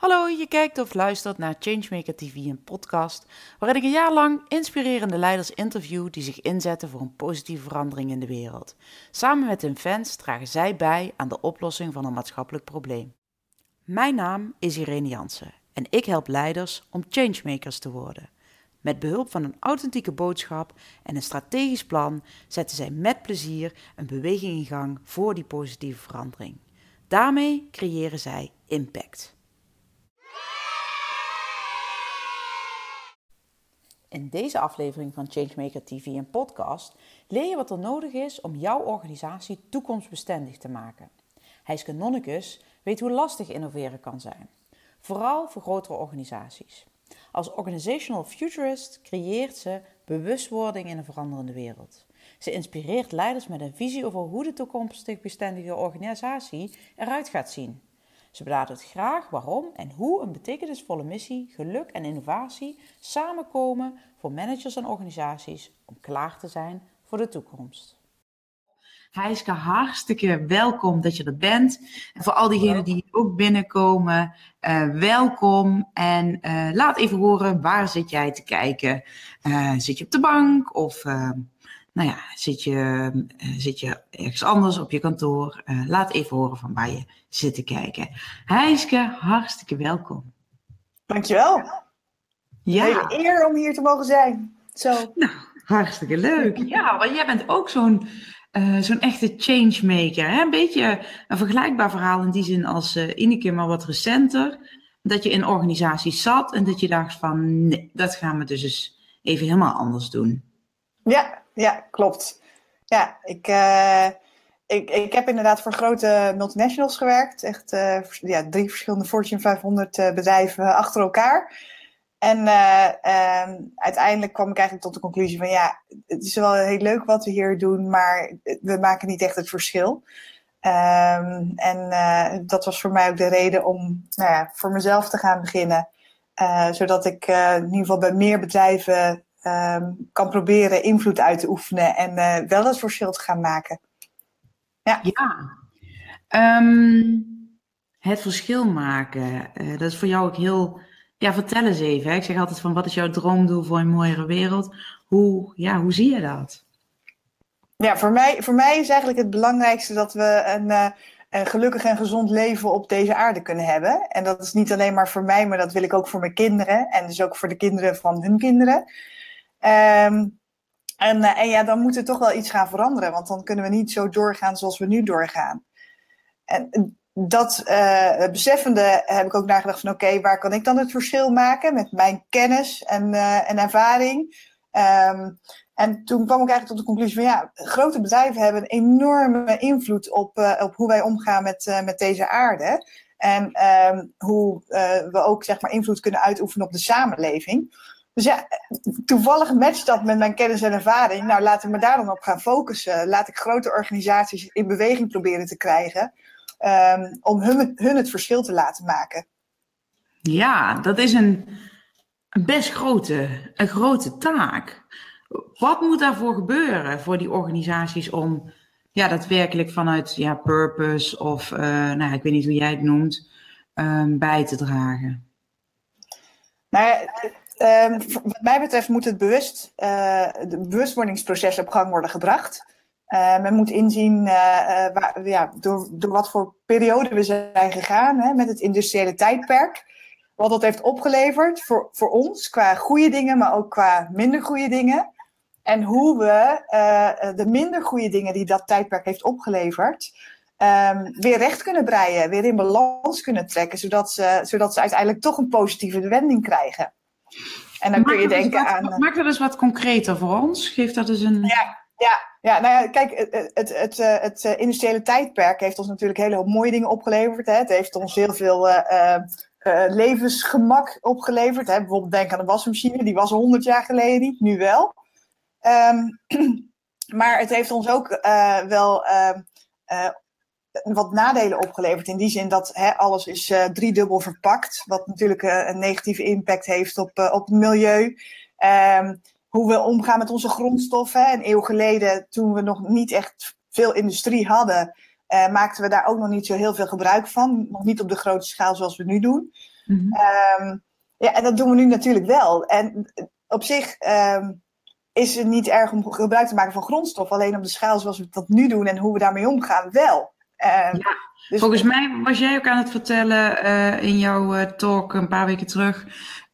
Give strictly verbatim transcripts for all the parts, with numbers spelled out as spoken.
Hallo, je kijkt of luistert naar Changemaker T V, een podcast waarin ik een jaar lang inspirerende leiders interview die zich inzetten voor een positieve verandering in de wereld. Samen met hun fans dragen zij bij aan de oplossing van een maatschappelijk probleem. Mijn naam is Irene Jansen en ik help leiders om changemakers te worden. Met behulp van een authentieke boodschap en een strategisch plan zetten zij met plezier een beweging in gang voor die positieve verandering. Daarmee creëren zij impact. In deze aflevering van Changemaker T V, een podcast, leer je wat er nodig is om jouw organisatie toekomstbestendig te maken. Heiske Nonnekes weet hoe lastig innoveren kan zijn, vooral voor grotere organisaties. Als organizational futurist creëert ze bewustwording in een veranderende wereld. Ze inspireert leiders met een visie over hoe de toekomstbestendige organisatie eruit gaat zien. Ze benadrukt graag waarom en hoe een betekenisvolle missie, geluk en innovatie samenkomen voor managers en organisaties om klaar te zijn voor de toekomst. Heiske, hartstikke welkom dat je er bent. En voor al diegenen die ook binnenkomen, uh, welkom. En uh, laat even horen, waar zit jij te kijken? Uh, zit je op de bank of uh, nou ja, zit, je, uh, zit je ergens anders op je kantoor? Uh, laat even horen van waar je zit te kijken. Heiske, hartstikke welkom. Dankjewel. Ja. Een hele eer om hier te mogen zijn. Zo. Nou, hartstikke leuk. Ja, want jij bent ook zo'n... Uh, zo'n echte changemaker. Hè? Een beetje een vergelijkbaar verhaal in die zin als uh, Ineke, maar wat recenter. Dat je in organisaties zat en dat je dacht van, nee, dat gaan we dus eens even helemaal anders doen. Ja, ja, klopt. Ja, ik, uh, ik, ik heb inderdaad voor grote multinationals gewerkt. Echt uh, ja, drie verschillende Fortune vijfhonderd uh, bedrijven achter elkaar. En uh, uh, uiteindelijk kwam ik eigenlijk tot de conclusie van ja, het is wel heel leuk wat we hier doen, maar we maken niet echt het verschil. Um, en uh, dat was voor mij ook de reden om nou ja, voor mezelf te gaan beginnen. Uh, zodat ik uh, in ieder geval bij meer bedrijven um, kan proberen invloed uit te oefenen en uh, wel het verschil te gaan maken. Ja, ja. Um, het verschil maken, uh, dat is voor jou ook heel... Ja, vertel eens even. Hè. Ik zeg altijd van, wat is jouw droomdoel voor een mooiere wereld? Hoe, ja, hoe zie je dat? Ja, voor mij, voor mij is eigenlijk het belangrijkste dat we een, uh, een gelukkig en gezond leven op deze aarde kunnen hebben. En dat is niet alleen maar voor mij, maar dat wil ik ook voor mijn kinderen. En dus ook voor de kinderen van hun kinderen. Um, en, uh, en ja, dan moet er toch wel iets gaan veranderen. Want dan kunnen we niet zo doorgaan zoals we nu doorgaan. En dat uh, beseffende heb ik ook nagedacht van oké, okay, waar kan ik dan het verschil maken met mijn kennis en, uh, en ervaring. Um, en toen kwam ik eigenlijk tot de conclusie van ja, grote bedrijven hebben een enorme invloed op, uh, op hoe wij omgaan met, uh, met deze aarde. En um, hoe uh, we ook zeg maar invloed kunnen uitoefenen op de samenleving. Dus ja, toevallig matcht dat met mijn kennis en ervaring. Nou, laten we me daar dan op gaan focussen. Laat ik grote organisaties in beweging proberen te krijgen. Um, om hun, hun het verschil te laten maken. Ja, dat is een, een best grote, een grote taak. Wat moet daarvoor gebeuren voor die organisaties om ja, daadwerkelijk vanuit ja, purpose of, uh, nou, ik weet niet hoe jij het noemt, um, bij te dragen? Nou ja, um, wat mij betreft moet het bewust, uh, de bewustwordingsproces op gang worden gebracht. Uh, men moet inzien uh, uh, waar, ja, door, door wat voor periode we zijn gegaan hè, met het industriële tijdperk. Wat dat heeft opgeleverd voor, voor ons qua goede dingen, maar ook qua minder goede dingen. En hoe we uh, de minder goede dingen die dat tijdperk heeft opgeleverd, um, weer recht kunnen breien, weer in balans kunnen trekken, zodat ze, zodat ze uiteindelijk toch een positieve wending krijgen. En dan maak kun je denken wat, aan... Maak dat eens wat concreter voor ons. Geef dat eens een... Ja. Ja, ja, nou ja, kijk, het, het, het, het industriële tijdperk heeft ons natuurlijk hele hoop mooie dingen opgeleverd. Hè. Het heeft ons heel veel uh, uh, levensgemak opgeleverd. Hè. Bijvoorbeeld denk aan de wasmachine, die was honderd jaar geleden niet, nu wel. Um, maar het heeft ons ook uh, wel uh, uh, wat nadelen opgeleverd. In die zin dat hè, alles is uh, driedubbel verpakt. Wat natuurlijk uh, een negatieve impact heeft op, uh, op het milieu. Um, Hoe we omgaan met onze grondstoffen. Een eeuw geleden, toen we nog niet echt veel industrie hadden, uh, maakten we daar ook nog niet zo heel veel gebruik van. Nog niet op de grote schaal zoals we nu doen. Mm-hmm. Um, ja, en dat doen we nu natuurlijk wel. En op zich um, is het niet erg om gebruik te maken van grondstof. Alleen op de schaal zoals we dat nu doen en hoe we daarmee omgaan wel. Um, ja, dus volgens mij was jij ook aan het vertellen uh, in jouw uh, talk een paar weken terug.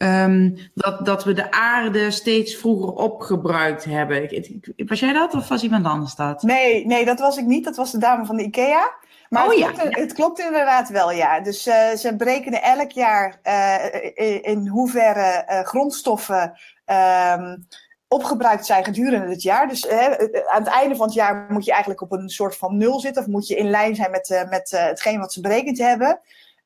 Um, dat, dat we de aarde steeds vroeger opgebruikt hebben. Was jij dat of was iemand anders dat? Nee, nee, dat was ik niet. Dat was de dame van de IKEA. Maar oh, het, ja. klopt, het klopt inderdaad wel, ja. Dus uh, ze berekenen elk jaar uh, in hoeverre uh, grondstoffen um, opgebruikt zijn gedurende het jaar. Dus uh, aan het einde van het jaar moet je eigenlijk op een soort van nul zitten. Of moet je in lijn zijn met, uh, met uh, hetgeen wat ze berekend hebben.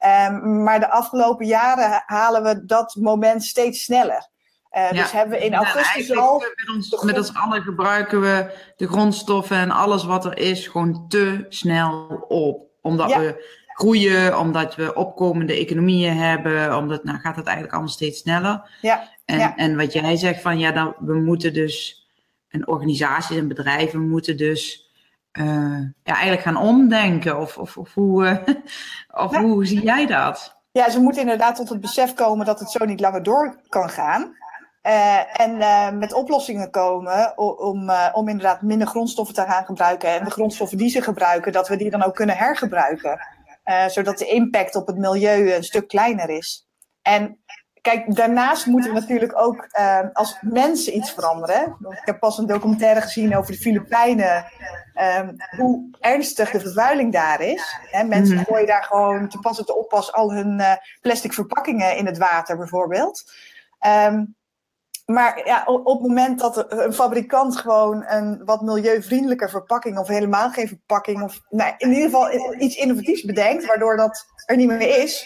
Um, maar de afgelopen jaren halen we dat moment steeds sneller. Uh, ja. Dus hebben we in augustus ja, al... Met ons, grond... met ons allen gebruiken we de grondstoffen en alles wat er is gewoon te snel op. Omdat ja. we groeien, omdat we opkomende economieën hebben, omdat nou gaat het eigenlijk allemaal steeds sneller. Ja. En, ja. en wat jij zegt van ja, dan, we moeten dus, en organisaties en bedrijven moeten dus uh, ja, eigenlijk gaan omdenken. Of, of, of, hoe, uh, of ja. hoe zie jij dat? Ja, ze moeten inderdaad tot het besef komen dat het zo niet langer door kan gaan. Uh, en uh, met oplossingen komen om, uh, om inderdaad minder grondstoffen te gaan gebruiken. En de grondstoffen die ze gebruiken, dat we die dan ook kunnen hergebruiken. Uh, zodat de impact op het milieu een stuk kleiner is. En kijk, daarnaast moeten we natuurlijk ook uh, als mensen iets veranderen. Ik heb pas een documentaire gezien over de Filipijnen. Um, hoe ernstig de vervuiling daar is. Hè, mensen mm. gooien daar gewoon te pas en te oppas al hun uh, plastic verpakkingen in het water bijvoorbeeld. Um, Maar ja, op het moment dat een fabrikant gewoon een wat milieuvriendelijker verpakking of helemaal geen verpakking of nou, in ieder geval iets innovatiefs bedenkt, waardoor dat er niet meer is,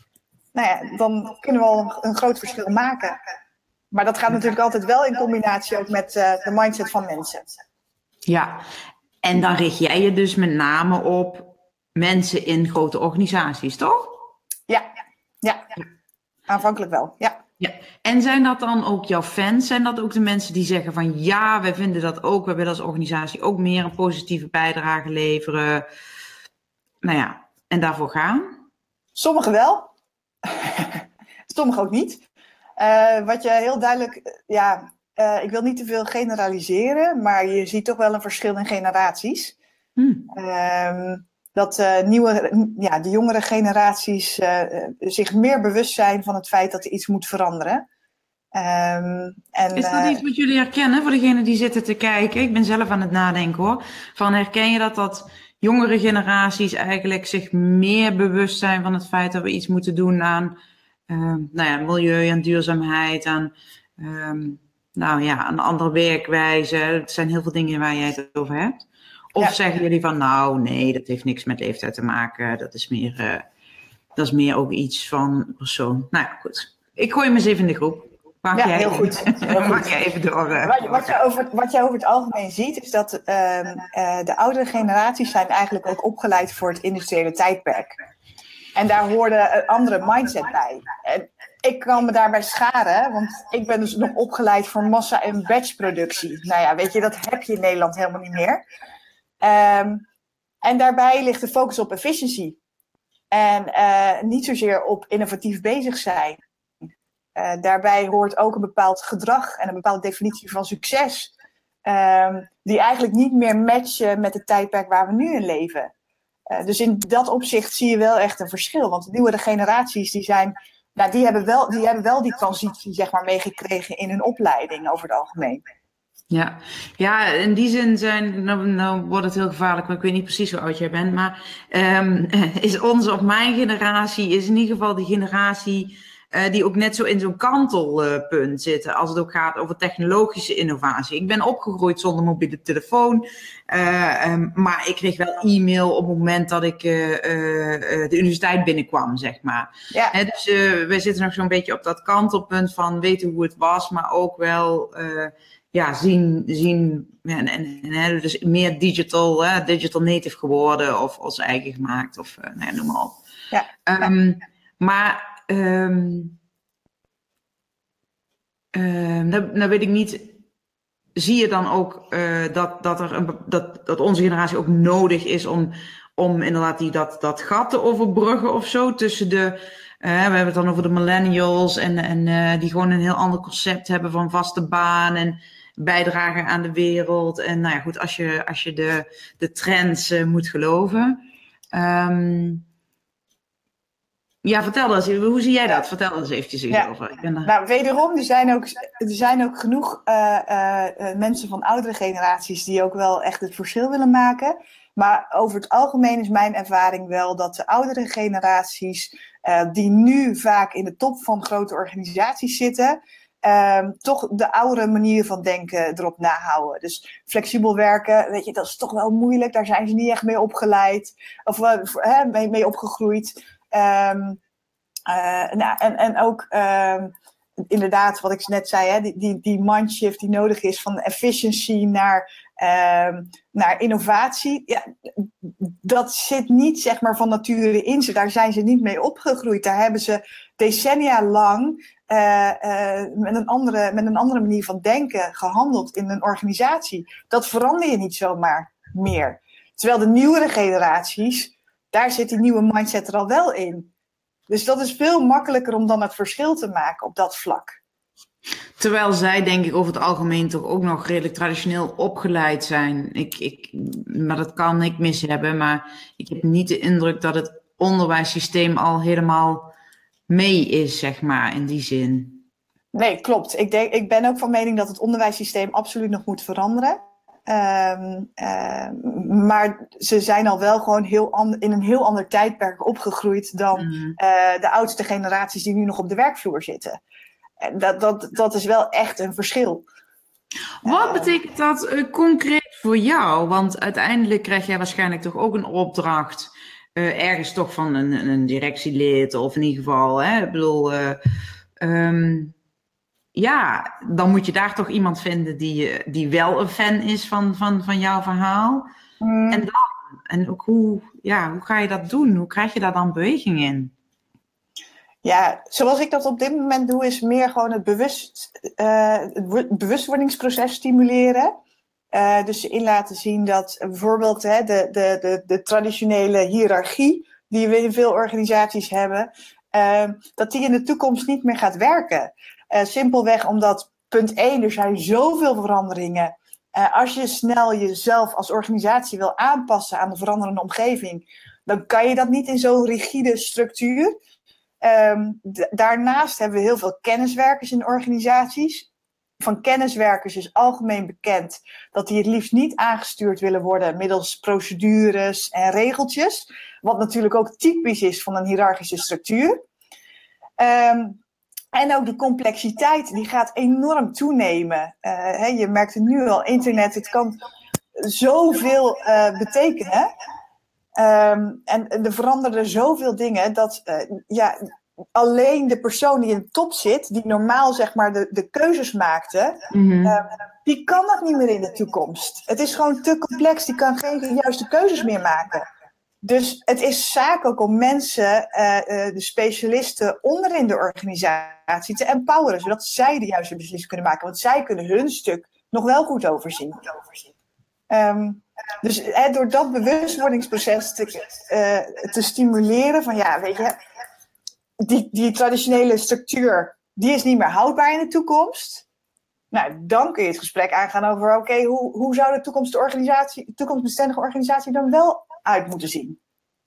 nou ja, dan kunnen we al een, een groot verschil maken. Maar dat gaat natuurlijk altijd wel in combinatie ook met uh, de mindset van mensen. Ja, en dan richt jij je dus met name op mensen in grote organisaties, toch? Ja, ja. Aanvankelijk wel, ja. Ja, en zijn dat dan ook jouw fans? Zijn dat ook de mensen die zeggen van ja, wij vinden dat ook, we willen als organisatie ook meer een positieve bijdrage leveren? Nou ja, en daarvoor gaan? Sommigen wel, sommigen ook niet. Uh, wat je heel duidelijk, ja, uh, ik wil niet te veel generaliseren, maar je ziet toch wel een verschil in generaties. Hmm. Uh, Dat uh, nieuwe, ja, de jongere generaties uh, zich meer bewust zijn van het feit dat er iets moet veranderen. Um, en, is dat uh, iets wat jullie herkennen voor degenen die zitten te kijken? Ik ben zelf aan het nadenken hoor. Van herken je dat dat jongere generaties eigenlijk zich meer bewust zijn van het feit dat we iets moeten doen aan uh, nou ja, milieu, aan duurzaamheid, aan, um, nou ja, aan andere werkwijze. Het zijn heel veel dingen waar jij het over hebt. Of ja. zeggen jullie van, nou nee, dat heeft niks met leeftijd te maken. Dat is meer, uh, dat is meer ook iets van persoon. Nou ja, goed. Ik gooi hem eens even in de groep. Maak ja, jij heel goed. Heel Maak goed. jij even door. Uh, wat, wat, je over, wat je over het algemeen ziet, is dat uh, uh, de oudere generaties zijn eigenlijk ook opgeleid voor het industriële tijdperk. En daar hoorde een andere mindset bij. En ik kan me daarbij scharen, want ik ben dus nog opgeleid voor massa- en batchproductie. Nou ja, weet je, dat heb je in Nederland helemaal niet meer. Um, en daarbij ligt de focus op efficiëntie. En uh, niet zozeer op innovatief bezig zijn. Uh, daarbij hoort ook een bepaald gedrag en een bepaalde definitie van succes. Um, die eigenlijk niet meer matchen met het tijdperk waar we nu in leven. Uh, dus in dat opzicht zie je wel echt een verschil. Want de nieuwere generaties die zijn, nou, die hebben wel, die hebben wel die transitie zeg maar, meegekregen in hun opleiding over het algemeen. Ja. ja, in die zin zijn, nou, nou wordt het heel gevaarlijk, maar ik weet niet precies hoe oud jij bent, maar um, is onze of mijn generatie, is in ieder geval die generatie uh, die ook net zo in zo'n kantelpunt uh, zitten, als het ook gaat over technologische innovatie. Ik ben opgegroeid zonder mobiele telefoon, uh, um, maar ik kreeg wel e-mail op het moment dat ik uh, uh, de universiteit binnenkwam, zeg maar. Ja. He, dus uh, wij zitten nog zo'n beetje op dat kantelpunt van weten hoe het was, maar ook wel uh, ja, zien, zien en, en, en dus meer digital, hè, digital native geworden of ons eigen gemaakt of uh, nou ja, noem maar op. Ja. Um, maar um, uh, nou, nou weet ik niet, zie je dan ook uh, dat, dat, er een, dat, dat onze generatie ook nodig is om, om inderdaad die, dat, dat gat te overbruggen of zo tussen de we hebben het dan over de millennials en, en uh, die gewoon een heel ander concept hebben van vaste baan en bijdragen aan de wereld. En nou ja, goed, als je, als je de, de trends uh, moet geloven. Um, ja, vertel eens, hoe zie jij dat? Vertel eens eventjes ja. over. Ik ben er... Nou, wederom, er zijn ook, er zijn ook genoeg uh, uh, mensen van oudere generaties die ook wel echt het verschil willen maken. Maar over het algemeen is mijn ervaring wel dat de oudere generaties, uh, die nu vaak in de top van grote organisaties zitten, uh, toch de oude manier van denken erop nahouden. Dus flexibel werken, weet je, dat is toch wel moeilijk. Daar zijn ze niet echt mee opgeleid of uh, uh, mee, mee opgegroeid. Um, uh, nou, en, en ook uh, inderdaad, wat ik net zei, hè, die, die, die mindshift die nodig is van efficiency naar, uh, naar innovatie. Ja, dat zit niet zeg maar van nature in ze. Daar zijn ze niet mee opgegroeid. Daar hebben ze decennia lang uh, uh, met, een andere, met een andere manier van denken gehandeld in een organisatie. Dat verander je niet zomaar meer. Terwijl de nieuwere generaties, daar zit die nieuwe mindset er al wel in. Dus dat is veel makkelijker om dan het verschil te maken op dat vlak. Terwijl zij denk ik over het algemeen toch ook nog redelijk traditioneel opgeleid zijn. Ik, ik, maar dat kan ik mis hebben. Maar ik heb niet de indruk dat het onderwijssysteem al helemaal mee is, zeg maar, in die zin. Nee, klopt. Ik, denk, ik ben ook van mening dat het onderwijssysteem absoluut nog moet veranderen. Um, uh, maar ze zijn al wel gewoon heel and- in een heel ander tijdperk opgegroeid dan mm. uh, de oudste generaties die nu nog op de werkvloer zitten. En dat, dat, dat is wel echt een verschil. Wat uh, betekent dat uh, concreet voor jou? Want uiteindelijk krijg jij waarschijnlijk toch ook een opdracht, uh, ergens toch van een, een directielid of in ieder geval, hè, ik bedoel... Uh, um, Ja, dan moet je daar toch iemand vinden die, die wel een fan is van, van, van jouw verhaal. Mm. En dan, en ook hoe, ja, hoe ga je dat doen? Hoe krijg je daar dan beweging in? Ja, zoals ik dat op dit moment doe, is meer gewoon het, bewust, uh, het bewustwordingsproces stimuleren. Uh, dus in laten zien dat bijvoorbeeld hè, de, de, de, de traditionele hiërarchie die we in veel organisaties hebben, uh, dat die in de toekomst niet meer gaat werken. Uh, simpelweg omdat, punt één, er zijn zoveel veranderingen. Uh, als je snel jezelf als organisatie wil aanpassen aan de veranderende omgeving, dan kan je dat niet in zo'n rigide structuur. Um, d- daarnaast hebben we heel veel kenniswerkers in organisaties. Van kenniswerkers is algemeen bekend dat die het liefst niet aangestuurd willen worden middels procedures en regeltjes. Wat natuurlijk ook typisch is van een hiërarchische structuur. Um, En ook de complexiteit, die gaat enorm toenemen. Uh, hè, je merkt het nu al, internet, het kan zoveel uh, betekenen. Um, en er veranderen zoveel dingen dat uh, ja, alleen de persoon die in de top zit, die normaal zeg maar de, de keuzes maakte, mm-hmm. uh, die kan dat niet meer in de toekomst. Het is gewoon te complex, die kan geen juiste keuzes meer maken. Dus het is zaak ook om mensen, uh, uh, de specialisten onderin de organisatie te empoweren, zodat zij de juiste beslissing kunnen maken. Want zij kunnen hun stuk nog wel goed overzien. Um, dus uh, door dat bewustwordingsproces te, uh, te stimuleren van ja, weet je, die, die traditionele structuur, die is niet meer houdbaar in de toekomst. Nou, dan kun je het gesprek aangaan over oké, okay, hoe, hoe zou de toekomst organisatie, toekomstbestendige organisatie dan wel uit moeten zien.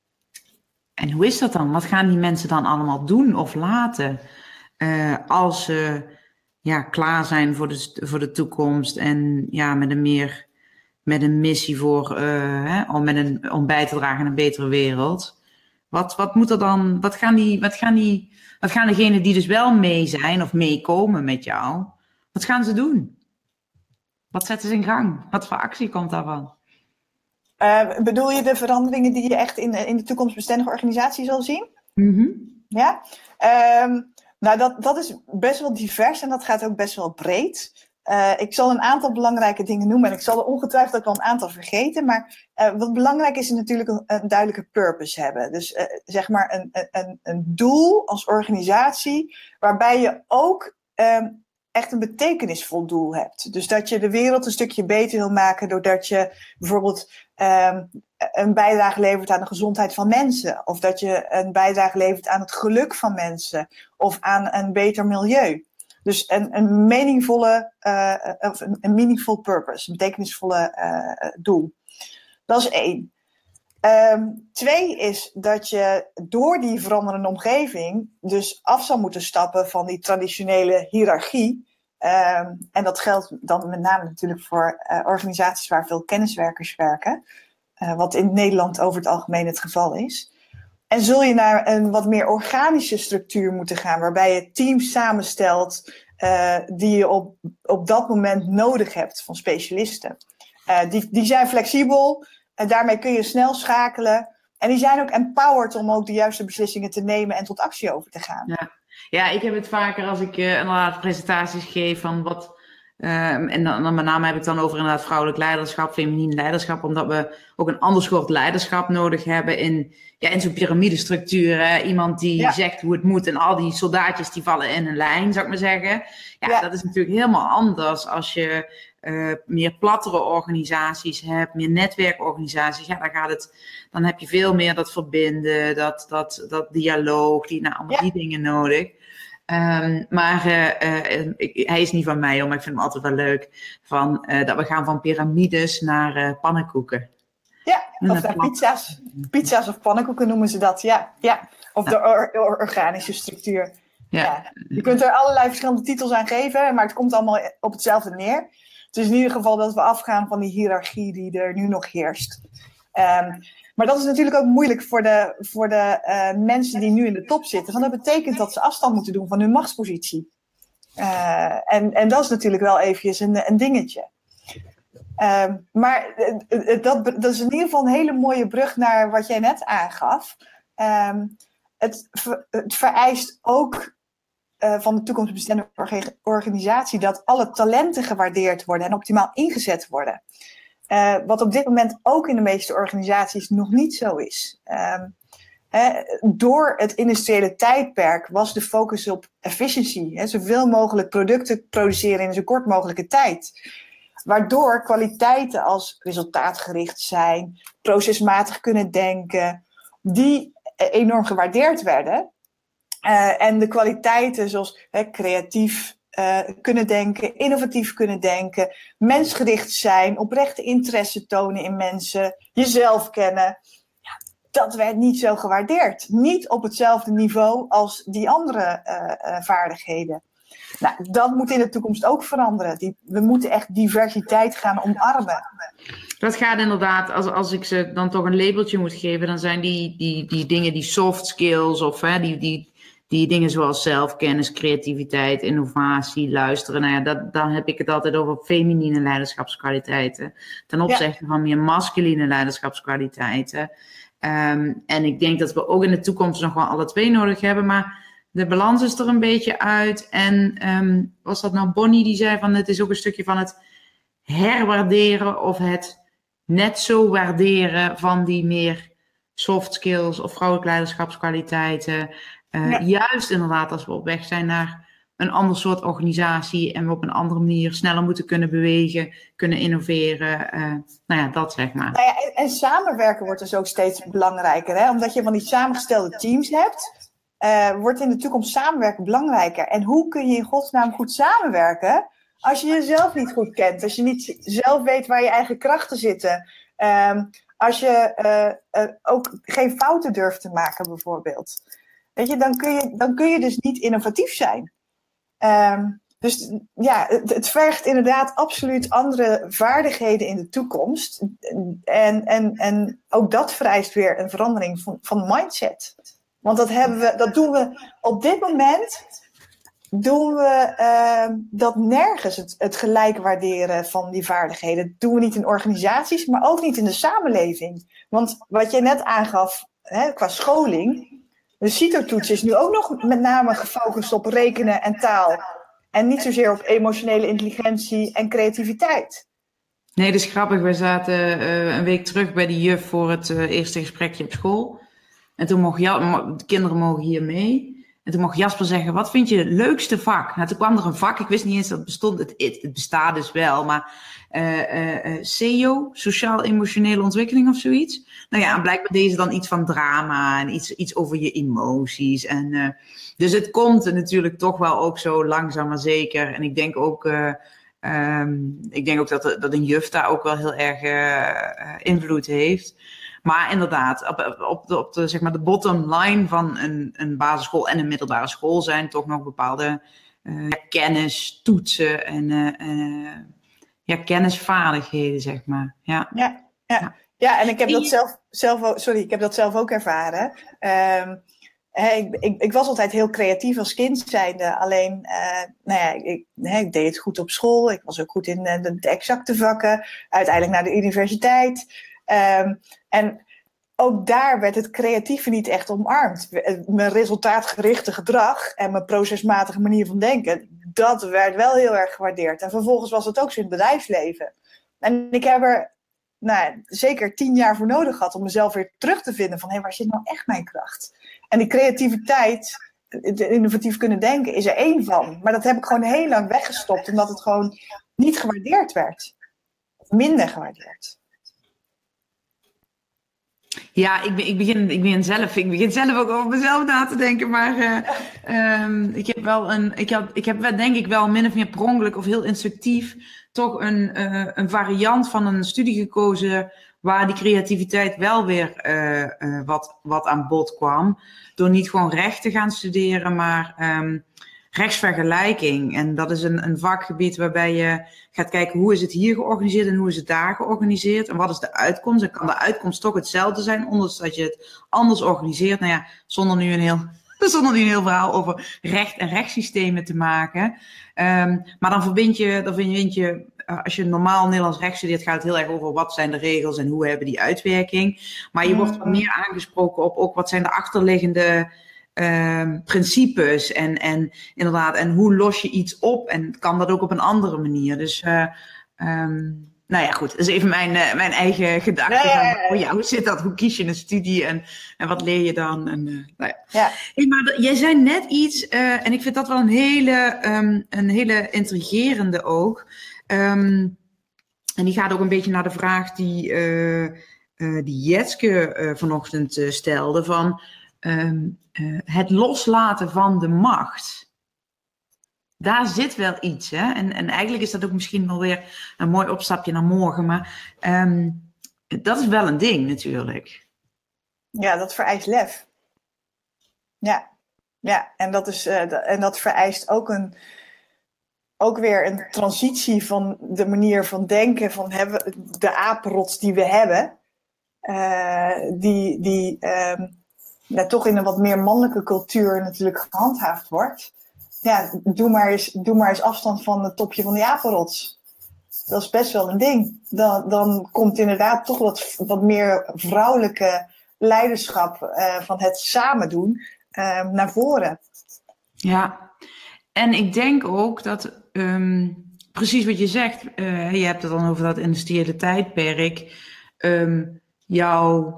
En hoe is dat dan? Wat gaan die mensen dan allemaal doen of laten uh, als ze ja, klaar zijn voor de, voor de toekomst en ja, met een meer met een missie voor uh, hè, om, met een, om bij te dragen aan een betere wereld? Wat, wat moet er dan? Wat gaan die? Wat gaan die? Wat gaan degenen die dus wel mee zijn of meekomen met jou? Wat gaan ze doen? Wat zetten ze in gang? Wat voor actie komt daarvan? Uh, bedoel je de veranderingen die je echt in de, in de toekomstbestendige organisatie zal zien? Mm-hmm. Ja. Um, nou, dat, dat is best wel divers en dat gaat ook best wel breed. Uh, ik zal een aantal belangrijke dingen noemen en ik zal er ongetwijfeld ook wel een aantal vergeten. Maar uh, wat belangrijk is, is natuurlijk een, een duidelijke purpose hebben. Dus uh, zeg maar een, een, een doel als organisatie waarbij je ook um, echt een betekenisvol doel hebt. Dus dat je de wereld een stukje beter wil maken doordat je bijvoorbeeld um, een bijdrage levert aan de gezondheid van mensen. Of dat je een bijdrage levert aan het geluk van mensen. Of aan een beter milieu. Dus een, een meaningvolle, uh, of een, een meaningful purpose, een betekenisvolle uh, doel. Dat is één. Um, twee is dat je door die veranderende omgeving dus af zou moeten stappen van die traditionele hiërarchie. Um, en dat geldt dan met name natuurlijk voor uh, organisaties waar veel kenniswerkers werken. Uh, wat in Nederland over het algemeen het geval is. En zul je naar een wat meer organische structuur moeten gaan, waarbij je teams samenstelt uh, die je op, op dat moment nodig hebt van specialisten. Uh, die, die zijn flexibel. En daarmee kun je snel schakelen. En die zijn ook empowered om ook de juiste beslissingen te nemen en tot actie over te gaan. Ja, ja ik heb het vaker als ik uh, inderdaad presentaties geef van wat... Uh, en dan, dan met name heb ik het dan over inderdaad vrouwelijk leiderschap, feminien leiderschap. Omdat we ook een ander soort leiderschap nodig hebben in, ja, in zo'n piramidestructuur. Hè? Iemand die ja. zegt hoe het moet en al die soldaatjes die vallen in een lijn, zou ik maar zeggen. Ja, ja. Dat is natuurlijk helemaal anders als je... Uh, meer plattere organisaties hebt, meer netwerkorganisaties, ja, dan gaat het, dan heb je veel meer dat verbinden, dat, dat, dat dialoog, die, nou, allemaal ja. die dingen nodig. Um, maar uh, uh, ik, hij is niet van mij, hoor, maar ik vind hem altijd wel leuk, van, uh, dat we gaan van piramides naar uh, pannenkoeken. Ja, of naar pizza's. Pizza's of pannenkoeken noemen ze dat, ja. ja. Of de or- or- organische structuur. Ja. Ja. Je kunt er allerlei verschillende titels aan geven, maar het komt allemaal op hetzelfde neer. Het is in ieder geval dat we afgaan van die hiërarchie die er nu nog heerst. Um, maar dat is natuurlijk ook moeilijk voor de, voor de uh, mensen die nu in de top zitten. Want dat betekent dat ze afstand moeten doen van hun machtspositie. Uh, en, en dat is natuurlijk wel eventjes een, een dingetje. Um, maar uh, dat, dat is in ieder geval een hele mooie brug naar wat jij net aangaf. Um, het, het vereist ook... Uh, van de toekomstbestendige organisatie, dat alle talenten gewaardeerd worden en optimaal ingezet worden. Uh, wat op dit moment ook in de meeste organisaties nog niet zo is. Uh, uh, door het industriële tijdperk was de focus op efficiëntie. Hè, zoveel mogelijk producten produceren in zo kort mogelijke tijd. Waardoor kwaliteiten als resultaatgericht zijn, procesmatig kunnen denken, die enorm gewaardeerd werden. Uh, en de kwaliteiten zoals he, creatief uh, kunnen denken, innovatief kunnen denken, mensgericht zijn, oprechte interesse tonen in mensen, jezelf kennen. Ja, dat werd niet zo gewaardeerd. Niet op hetzelfde niveau als die andere uh, uh, vaardigheden. Nou, dat moet in de toekomst ook veranderen. Die, we moeten echt diversiteit gaan omarmen. Dat gaat inderdaad, als, als ik ze dan toch een labeltje moet geven, dan zijn die, die, die dingen, die soft skills of hè, die... die Die dingen zoals zelfkennis, creativiteit, innovatie, luisteren. Nou ja, dat, dan heb ik het altijd over feminine leiderschapskwaliteiten. Ten opzichte ja. van meer masculine leiderschapskwaliteiten. Um, en ik denk dat we ook in de toekomst nog wel alle twee nodig hebben. Maar de balans is er een beetje uit. En um, was dat nou Bonnie die zei van het is ook een stukje van het herwaarderen of het net zo waarderen van die meer soft skills of vrouwelijke leiderschapskwaliteiten. Uh, ja. Juist inderdaad als we op weg zijn naar een ander soort organisatie en we op een andere manier sneller moeten kunnen bewegen, kunnen innoveren. Uh, nou ja, dat zeg maar. Nou ja, en, en samenwerken wordt dus ook steeds belangrijker. Hè? Omdat je van die samengestelde teams hebt, uh, wordt in de toekomst samenwerken belangrijker. En hoe kun je in godsnaam goed samenwerken als je jezelf niet goed kent? Als je niet zelf weet waar je eigen krachten zitten. Um, als je uh, uh, ook geen fouten durft te maken bijvoorbeeld. Weet je, dan kun je, dan kun je dus niet innovatief zijn. Um, dus ja, het, het vergt inderdaad absoluut andere vaardigheden in de toekomst. En, en, en ook dat vereist weer een verandering van, van mindset. Want dat, hebben we, dat doen we op dit moment, doen we uh, dat nergens, het, het gelijk waarderen van die vaardigheden. Dat doen we niet in organisaties, maar ook niet in de samenleving. Want wat jij net aangaf, hè, qua scholing... De CITO-toets is nu ook nog met name gefocust op rekenen en taal. En niet zozeer op emotionele intelligentie en creativiteit. Nee, dat is grappig. We zaten uh, een week terug bij de juf voor het uh, eerste gesprekje op school. En toen mocht ja, de kinderen mogen hier mee. En En toen mocht Jasper zeggen, wat vind je het leukste vak? Nou, toen kwam er een vak, ik wist niet eens dat het bestond. Het, het, het bestaat dus wel, maar uh, uh, uh, S E O, Sociaal-Emotionele Ontwikkeling of zoiets. Nou ja, en blijkbaar deze dan iets van drama en iets, iets over je emoties. En, uh, dus het komt natuurlijk toch wel ook zo langzaam maar zeker. En ik denk ook, uh, um, ik denk ook dat, dat een juf daar ook wel heel erg uh, invloed heeft. Maar inderdaad, op, op, de, op de, zeg maar de bottom line van een, een basisschool en een middelbare school zijn toch nog bepaalde uh, kennis, toetsen en uh, uh, ja, kennisvaardigheden, zeg maar. Ja, ja, ja. ja. ja en ik heb dat zelf, zelf ook, sorry, ik heb dat zelf ook ervaren. Um, He, ik, ik, ik was altijd heel creatief als kind zijnde. Alleen, uh, nou ja, ik, he, ik deed het goed op school. Ik was ook goed in uh, de, de exacte vakken. Uiteindelijk naar de universiteit. Um, en ook daar werd het creatieve niet echt omarmd. Mijn resultaatgerichte gedrag en mijn procesmatige manier van denken, dat werd wel heel erg gewaardeerd. En vervolgens was het ook zo in het bedrijfsleven. En ik heb er nou, zeker tien jaar voor nodig gehad om mezelf weer terug te vinden van, hé, waar zit nou echt mijn kracht? En die creativiteit, innovatief kunnen denken, is er één van. Maar dat heb ik gewoon heel lang weggestopt, omdat het gewoon niet gewaardeerd werd. Minder gewaardeerd. Ja, ik, ik, begin, ik, begin zelf, ik begin zelf ook over mezelf na te denken, maar uh, um, ik heb wel een, ik heb, ik heb denk ik wel min of meer per ongeluk of heel instructief toch een, uh, een variant van een studie gekozen waar die creativiteit wel weer uh, uh, wat, wat aan bod kwam. Door niet gewoon recht te gaan studeren, maar um, rechtsvergelijking. En dat is een, een vakgebied waarbij je gaat kijken hoe is het hier georganiseerd en hoe is het daar georganiseerd. En wat is de uitkomst? En kan de uitkomst toch hetzelfde zijn, ondanks dat je het anders organiseert. Nou ja, zonder nu een heel, zonder nu een heel verhaal over recht en rechtssystemen te maken. Um, maar dan verbind je, dan vind je, als je normaal Nederlands recht studeert, gaat het heel erg over wat zijn de regels en hoe hebben die uitwerking. Maar je wordt wat meer aangesproken op ook wat zijn de achterliggende uh, principes en, en inderdaad, en hoe los je iets op en kan dat ook op een andere manier. Dus, uh, um, nou ja, goed, dat is even mijn, uh, mijn eigen gedachte. Ja, ja, ja, ja. Oh ja, hoe zit dat? Hoe kies je een studie en, en wat leer je dan? En, uh, nou ja. Ja. Hey, maar d- jij zei net iets, uh, en ik vind dat wel een hele, um, een hele intrigerende ook. Um, en die gaat ook een beetje naar de vraag die, uh, uh, die Jetske uh, vanochtend uh, stelde van um, uh, het loslaten van de macht. Daar zit wel iets, hè? En, en eigenlijk is dat ook misschien wel weer een mooi opstapje naar morgen, maar um, dat is wel een ding natuurlijk. Ja, dat vereist lef. Ja, ja. En, dat is, uh, d- en dat vereist ook een ook weer een transitie van de manier van denken, van hebben, de apenrots die we hebben, uh, die, die um, ja, toch in een wat meer mannelijke cultuur natuurlijk gehandhaafd wordt. Ja, doe maar eens, doe maar eens afstand van het topje van die apenrots. Dat is best wel een ding. Dan, dan komt inderdaad toch wat, wat meer vrouwelijke leiderschap uh, van het samen doen uh, naar voren. Ja, en ik denk ook dat, um, precies wat je zegt, uh, je hebt het dan over dat industriële tijdperk, um, jou,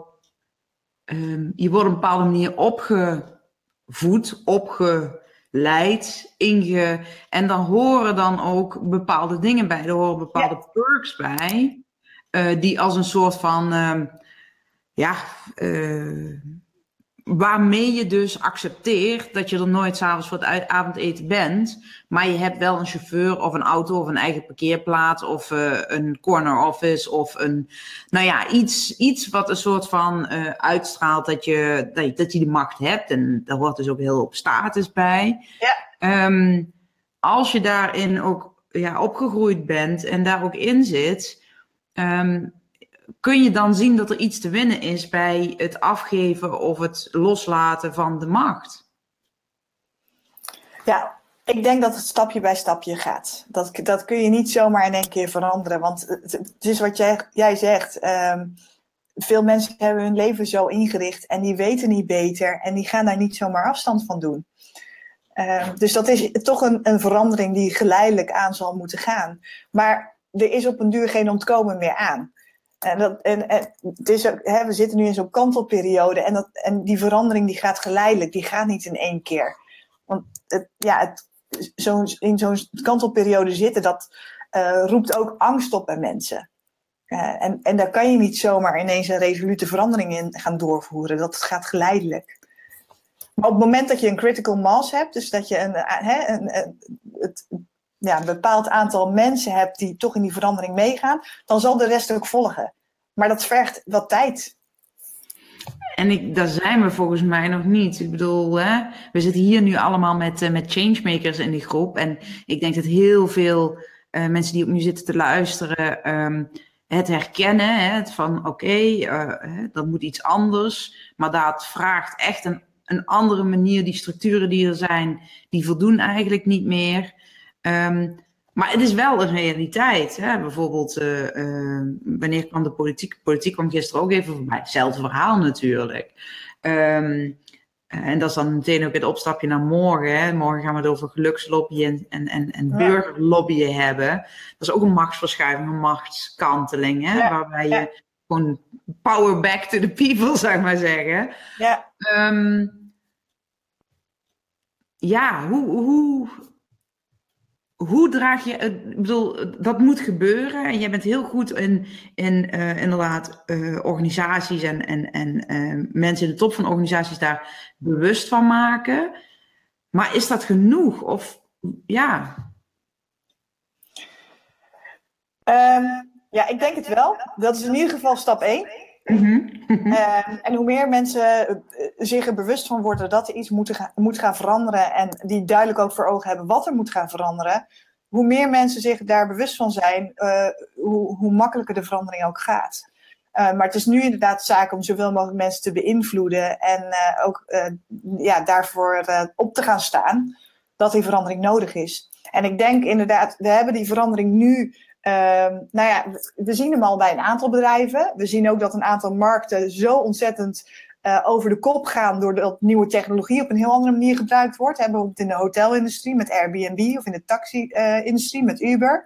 um, je wordt op een bepaalde manier opgevoed, opgeleid, inge, en dan horen dan ook bepaalde dingen bij, er horen bepaalde ja. perks bij, uh, die als een soort van, um, ja, uh, waarmee je dus accepteert dat je er nooit 's avonds voor het avondeten bent. Maar je hebt wel een chauffeur of een auto of een eigen parkeerplaats of uh, een corner office of een, nou ja, iets, iets wat een soort van uh, uitstraalt dat je, dat je, dat je de macht hebt. En daar hoort dus ook heel op status bij. Ja. Um, als je daarin ook ja, opgegroeid bent en daar ook in zit, um, kun je dan zien dat er iets te winnen is bij het afgeven of het loslaten van de macht? Ja, ik denk dat het stapje bij stapje gaat. Dat, dat kun je niet zomaar in één keer veranderen. Want het, het is wat jij, jij zegt. Um, veel mensen hebben hun leven zo ingericht en die weten niet beter. En die gaan daar niet zomaar afstand van doen. Um, dus dat is toch een, een verandering die geleidelijk aan zal moeten gaan. Maar er is op een duur geen ontkomen meer aan. En, dat, en, en het is ook, hè, we zitten nu in zo'n kantelperiode en, dat, en die verandering die gaat geleidelijk, die gaat niet in één keer. Want het, ja, het, zo, in zo'n kantelperiode zitten, dat uh, roept ook angst op bij mensen. Uh, en, en daar kan je niet zomaar ineens een resolute verandering in gaan doorvoeren. Dat gaat geleidelijk. Maar op het moment dat je een critical mass hebt, dus dat je een, hè, een, een, het, ja, een bepaald aantal mensen hebt die toch in die verandering meegaan, dan zal de rest ook volgen. Maar dat vergt wat tijd. En ik, daar zijn we volgens mij nog niet. Ik bedoel, hè, we zitten hier nu allemaal met, uh, met changemakers in die groep. En ik denk dat heel veel uh, mensen die op nu zitten te luisteren um, het herkennen. Hè, het van oké, okay, uh, dat moet iets anders. Maar dat vraagt echt een, een andere manier. Die structuren die er zijn, die voldoen eigenlijk niet meer. Um, Maar het is wel een realiteit. Hè? Bijvoorbeeld, uh, uh, wanneer kwam de politiek? Politiek kwam gisteren ook even voorbij. Hetzelfde verhaal natuurlijk. Um, en dat is dan meteen ook het opstapje naar morgen. Hè? Morgen gaan we het over gelukslobbyen en, en, en burgerlobbyen hebben. Dat is ook een machtsverschuiving, een machtskanteling. Hè? Ja, waarbij ja. je gewoon power back to the people, zou ik maar zeggen. Ja, um, ja hoe... hoe Hoe draag je, ik bedoel, dat moet gebeuren. En jij bent heel goed in, in uh, inderdaad uh, organisaties en, en, en uh, mensen in de top van organisaties daar bewust van maken. Maar is dat genoeg? Of ja? Um, ja, ik denk het wel. Dat is in ieder geval stap één. Mm-hmm. uh, en hoe meer mensen zich er bewust van worden dat er iets moet gaan, moet gaan veranderen en die duidelijk ook voor ogen hebben wat er moet gaan veranderen, hoe meer mensen zich daar bewust van zijn, uh, hoe, hoe makkelijker de verandering ook gaat. Uh, maar het is nu inderdaad zaak om zoveel mogelijk mensen te beïnvloeden en uh, ook uh, ja, daarvoor uh, op te gaan staan dat die verandering nodig is. En ik denk inderdaad, we hebben die verandering nu. Uh, nou ja, we zien hem al bij een aantal bedrijven. We zien ook dat een aantal markten zo ontzettend uh, over de kop gaan doordat nieuwe technologie op een heel andere manier gebruikt wordt. Hè, bijvoorbeeld in de hotelindustrie met Airbnb of in de taxi-industrie uh, met Uber.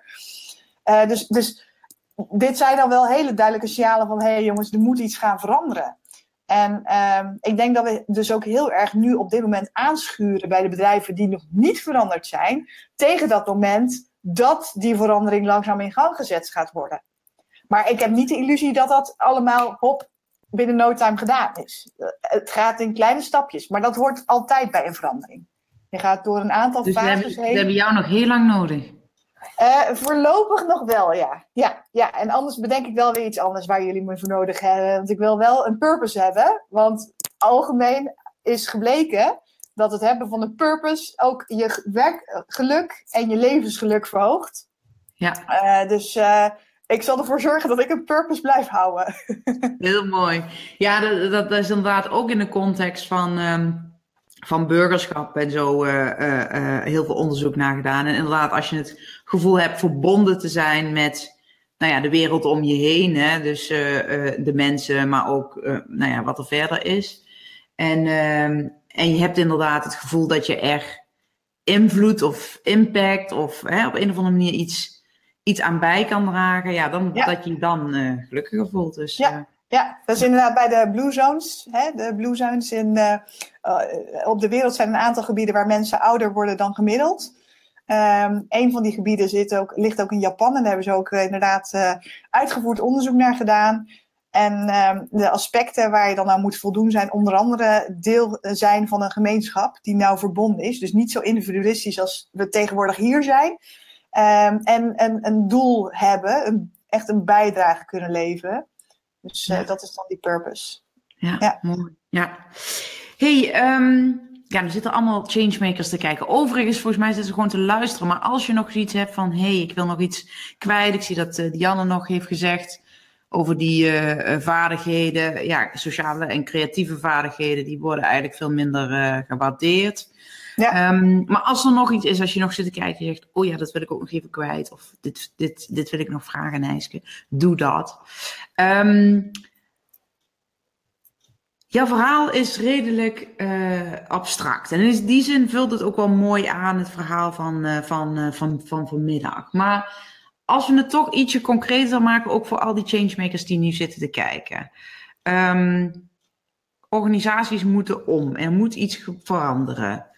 Uh, dus, dus dit zijn dan wel hele duidelijke signalen van hé hey jongens, er moet iets gaan veranderen. En uh, ik denk dat we dus ook heel erg nu op dit moment aanschuren bij de bedrijven die nog niet veranderd zijn tegen dat moment dat die verandering langzaam in gang gezet gaat worden. Maar ik heb niet de illusie dat dat allemaal hop binnen no time gedaan is. Het gaat in kleine stapjes, maar dat hoort altijd bij een verandering. Je gaat door een aantal dus fases hebben, heen. Dus we hebben jou nog heel lang nodig? Uh, voorlopig nog wel, ja. ja. Ja, en anders bedenk ik wel weer iets anders waar jullie me voor nodig hebben. Want ik wil wel een purpose hebben. Want algemeen is gebleken dat het hebben van een purpose ook je werkgeluk en je levensgeluk verhoogt. Ja. Uh, dus uh, ik zal ervoor zorgen dat ik een purpose blijf houden. Heel mooi. Ja, dat, dat is inderdaad ook in de context van, um, van burgerschap en zo uh, uh, uh, heel veel onderzoek naar gedaan. En inderdaad, als je het gevoel hebt verbonden te zijn met nou ja, de wereld om je heen, hè, dus uh, uh, de mensen, maar ook uh, nou ja, wat er verder is. En... Uh, En je hebt inderdaad het gevoel dat je er invloed of impact of hè, op een of andere manier iets, iets aan bij kan dragen. Ja, dan, ja. dat je je dan uh, gelukkiger voelt. Dus, ja. Uh, ja, dat is inderdaad bij de Blue Zones. Hè? De Blue Zones in, uh, uh, op de wereld zijn een aantal gebieden waar mensen ouder worden dan gemiddeld. Um, een van die gebieden zit ook, ligt ook in Japan. En daar hebben ze ook uh, inderdaad uh, uitgevoerd onderzoek naar gedaan. En um, de aspecten waar je dan aan moet voldoen zijn onder andere deel zijn van een gemeenschap die nauw verbonden is. Dus niet zo individualistisch als we tegenwoordig hier zijn. Um, en een, een doel hebben, een, echt een bijdrage kunnen leveren. Dus uh, ja. dat is dan die purpose. Ja, ja. mooi. Ja. Hey, um, ja, er zitten allemaal changemakers te kijken. Overigens, volgens mij zitten ze gewoon te luisteren. Maar als je nog zoiets hebt van, hé, hey, ik wil nog iets kwijt. Ik zie dat uh, Dianne nog heeft gezegd over die uh, vaardigheden. Ja, sociale en creatieve vaardigheden, die worden eigenlijk veel minder uh, gewaardeerd. Ja. Um, maar als er nog iets is, als je nog zit te kijken en je zegt, oh ja, dat wil ik ook nog even kwijt. Of dit, dit, dit wil ik nog vragen, Nijske. Doe dat. Um, jouw verhaal is redelijk uh, abstract. En in die zin vult het ook wel mooi aan het verhaal van, uh, van, uh, van, van vanmiddag. Maar als we het toch ietsje concreter maken, ook voor al die changemakers die nu zitten te kijken. Um, organisaties moeten om. Er moet iets veranderen.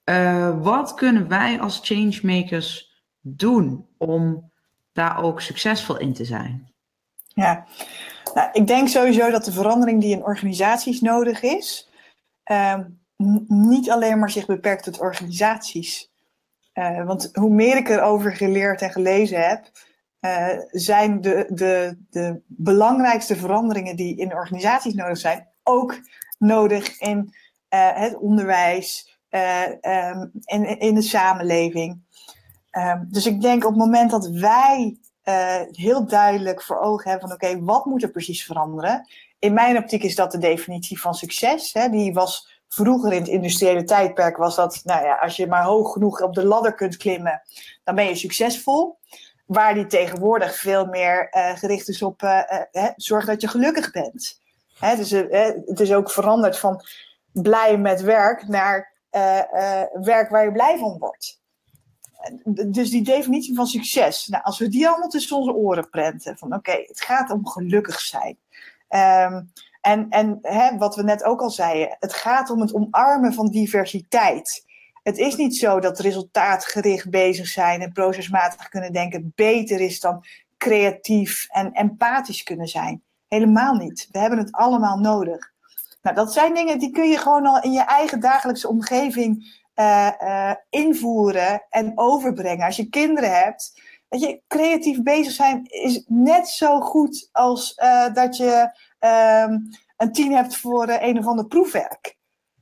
Uh, wat kunnen wij als changemakers doen om daar ook succesvol in te zijn? Ja, nou, ik denk sowieso dat de verandering die in organisaties nodig is, uh, n- niet alleen maar zich beperkt tot organisaties. Uh, want hoe meer ik erover geleerd en gelezen heb, uh, zijn de, de, de belangrijkste veranderingen die in organisaties nodig zijn, ook nodig in uh, het onderwijs, uh, um, in, in de samenleving. Um, dus ik denk op het moment dat wij uh, heel duidelijk voor ogen hebben van oké, okay, wat moet er precies veranderen? In mijn optiek is dat de definitie van succes. Hè? Die was vroeger in het industriële tijdperk was dat, nou ja, als je maar hoog genoeg op de ladder kunt klimmen, dan ben je succesvol. Waar die tegenwoordig veel meer uh, gericht is op uh, uh, zorg dat je gelukkig bent. Hè? Dus uh, het is ook veranderd van blij met werk naar uh, uh, werk waar je blij van wordt. Dus die definitie van succes, nou, als we die allemaal tussen onze oren prenten, van oké, okay, het gaat om gelukkig zijn. Um, en en hè, wat we net ook al zeiden, het gaat om het omarmen van diversiteit. Het is niet zo dat resultaatgericht bezig zijn en procesmatig kunnen denken beter is dan creatief en empathisch kunnen zijn. Helemaal niet. We hebben het allemaal nodig. Nou, dat zijn dingen die kun je gewoon al in je eigen dagelijkse omgeving Uh, uh, invoeren en overbrengen. Als je kinderen hebt, dat je creatief bezig zijn is net zo goed als uh, dat je uh, een tien hebt voor uh, een of ander proefwerk.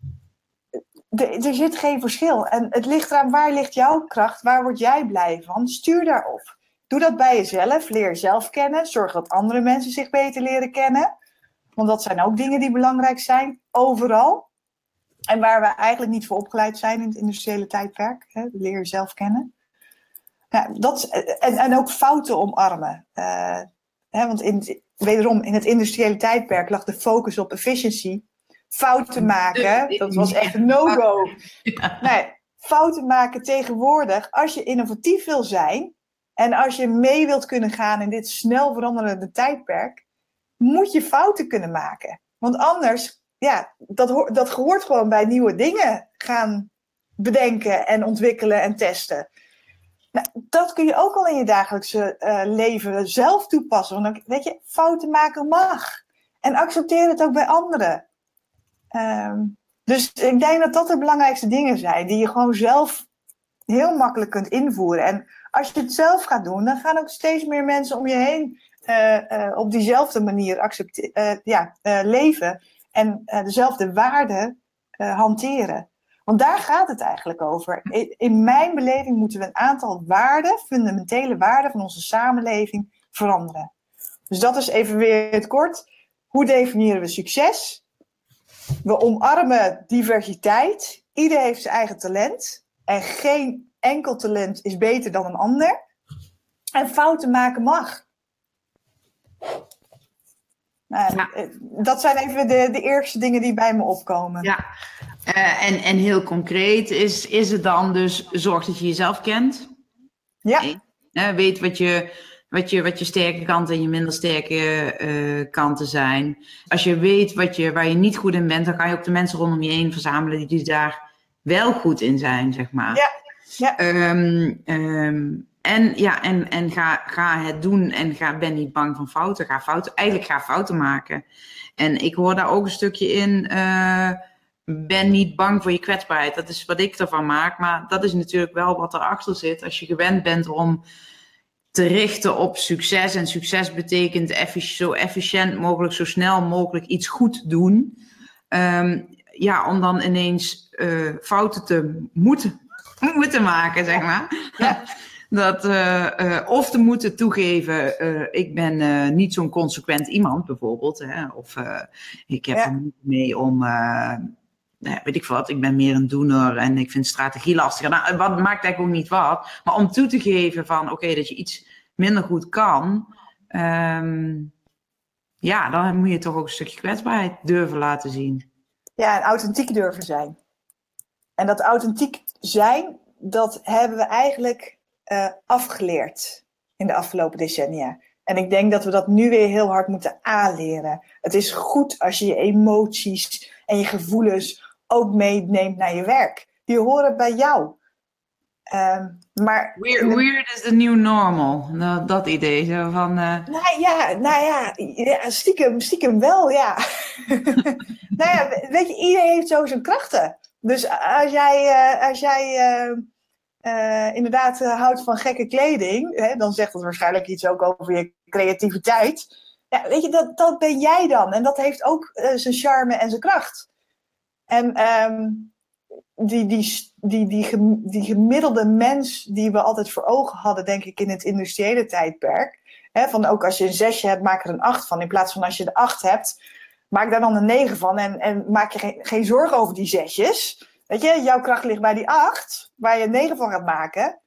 De, er zit geen verschil. En het ligt eraan, waar ligt jouw kracht? Waar word jij blij van? Stuur daarop. Doe dat bij jezelf. Leer jezelf kennen. Zorg dat andere mensen zich beter leren kennen. Want dat zijn ook dingen die belangrijk zijn. Overal. En waar we eigenlijk niet voor opgeleid zijn in het industriële tijdperk. Hè, leer jezelf kennen. Ja, dat, en, en ook fouten omarmen. Uh, hè, want in, wederom, in het industriële tijdperk lag de focus op efficiency. Fouten maken, dat was echt een no-go. Ja. Nee, fouten maken tegenwoordig, als je innovatief wil zijn en als je mee wilt kunnen gaan in dit snel veranderende tijdperk, moet je fouten kunnen maken. Want anders... Ja, dat, ho- dat hoort gewoon bij nieuwe dingen gaan bedenken en ontwikkelen en testen. Nou, dat kun je ook al in je dagelijkse uh, leven zelf toepassen. Want dan, weet je, fouten maken mag. En accepteer het ook bij anderen. Um, dus ik denk dat dat de belangrijkste dingen zijn. Die je gewoon zelf heel makkelijk kunt invoeren. En als je het zelf gaat doen, dan gaan ook steeds meer mensen om je heen uh, uh, op diezelfde manier accepte- uh, ja, uh, leven. En uh, dezelfde waarden uh, hanteren. Want daar gaat het eigenlijk over. In, in mijn beleving moeten we een aantal waarden, fundamentele waarden van onze samenleving veranderen. Dus dat is even weer het kort. Hoe definiëren we succes? We omarmen diversiteit. Ieder heeft zijn eigen talent. En geen enkel talent is beter dan een ander. En fouten maken mag. Nou, Ja. Dat zijn even de, de eerste dingen die bij me opkomen. Ja, uh, en, en heel concreet is, is het dan dus zorg dat je jezelf kent. Ja. Uh, weet wat je, wat, je, wat je sterke kanten en je minder sterke uh, kanten zijn. Als je weet wat je, waar je niet goed in bent, dan kan je ook de mensen rondom je heen verzamelen die, die daar wel goed in zijn, zeg maar. Ja. Ja. Um, um, En, ja, en, en ga, ga het doen en ga, ben niet bang van fouten. Ga fouten. Eigenlijk ga fouten maken. En ik hoor daar ook een stukje in. Uh, ben niet bang voor je kwetsbaarheid. Dat is wat ik ervan maak. Maar dat is natuurlijk wel wat erachter zit. Als je gewend bent om te richten op succes. En succes betekent effic- zo efficiënt mogelijk, zo snel mogelijk iets goed doen. Um, ja, om dan ineens uh, fouten te moeten, moeten maken, zeg maar. Ja. Dat, uh, uh, of te moeten toegeven, uh, ik ben uh, niet zo'n consequent iemand bijvoorbeeld. Hè? Of uh, ik heb Ja. er niet mee om, uh, weet ik wat, ik ben meer een doener en ik vind strategie lastiger. Nou, wat maakt eigenlijk ook niet wat. Maar om toe te geven van, oké, okay, dat je iets minder goed kan. Um, ja, dan moet je toch ook een stukje kwetsbaarheid durven laten zien. Ja, en authentiek durven zijn. En dat authentiek zijn, dat hebben we eigenlijk uh, afgeleerd in de afgelopen decennia. En ik denk dat we dat nu weer heel hard moeten aanleren. Het is goed als je je emoties en je gevoelens ook meeneemt naar je werk. die horen bij jou. Um, maar weird, de... weird is the new normal. Dat, dat idee. Zo van, uh... nou, ja, nou ja, ja, stiekem, stiekem wel, ja. Nou ja, weet je, iedereen heeft zo zijn krachten. Dus als jij, uh, als jij uh, uh, inderdaad uh, houdt van gekke kleding, hè, dan zegt dat waarschijnlijk iets ook over je creativiteit. Ja, weet je, dat, dat ben jij dan. En dat heeft ook uh, zijn charme en zijn kracht. En um, die, die, die, die, die gemiddelde mens die we altijd voor ogen hadden, denk ik, in het industriële tijdperk. Hè, van ook als je een zesje hebt, maak er een acht van. In plaats van als je de acht hebt, maak daar dan een negen van. En, en maak je geen, geen zorgen over die zesjes. Weet je, jouw kracht ligt bij die acht, waar je een negen van gaat maken.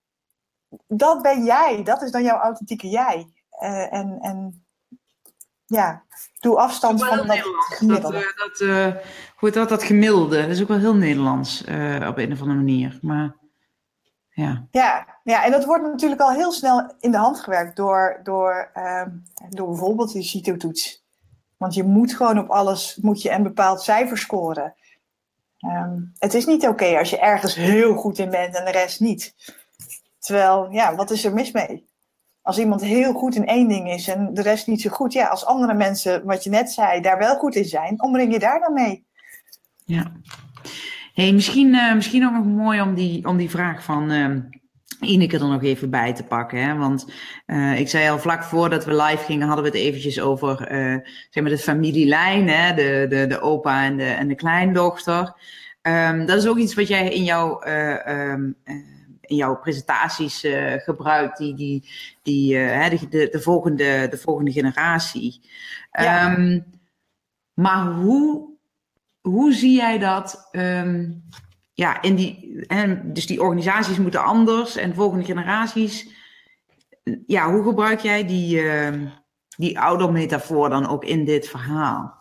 Dat ben jij. Dat is dan jouw authentieke jij. Uh, en, en ja, doe afstand dat van dat gemiddelde. Dat, uh, dat, uh, hoe heet dat, dat gemiddelde. Dat is ook wel heel Nederlands uh, op een of andere manier. Maar ja. Ja, ja, en dat wordt natuurlijk al heel snel in de hand gewerkt door, door, um, door bijvoorbeeld die CITO-toets. Want je moet gewoon op alles moet je een bepaald cijfer scoren. Um, het is niet oké okay als je ergens heel goed in bent en de rest niet. Terwijl, ja, wat is er mis mee? Als iemand heel goed in één ding is en de rest niet zo goed. Ja, als andere mensen, wat je net zei, daar wel goed in zijn, omring je daar dan mee. Ja. Hey, misschien, uh, misschien ook nog mooi om die, om die vraag van uh, Ineke er nog even bij te pakken. Hè? Want uh, ik zei al vlak voordat we live gingen, hadden we het eventjes over uh, zeg maar de familielijn. Hè? De, de, de opa en de, en de kleindochter. Um, dat is ook iets wat jij in jouw... Uh, um, uh, in jouw presentaties uh, gebruikt, die, die, die, uh, de, de, de, volgende, de volgende generatie. Ja. Um, maar hoe, hoe zie jij dat? Um, ja, in die, en dus die organisaties moeten anders en volgende generaties. Ja, hoe gebruik jij die, uh, die oudermetafoor dan ook in dit verhaal?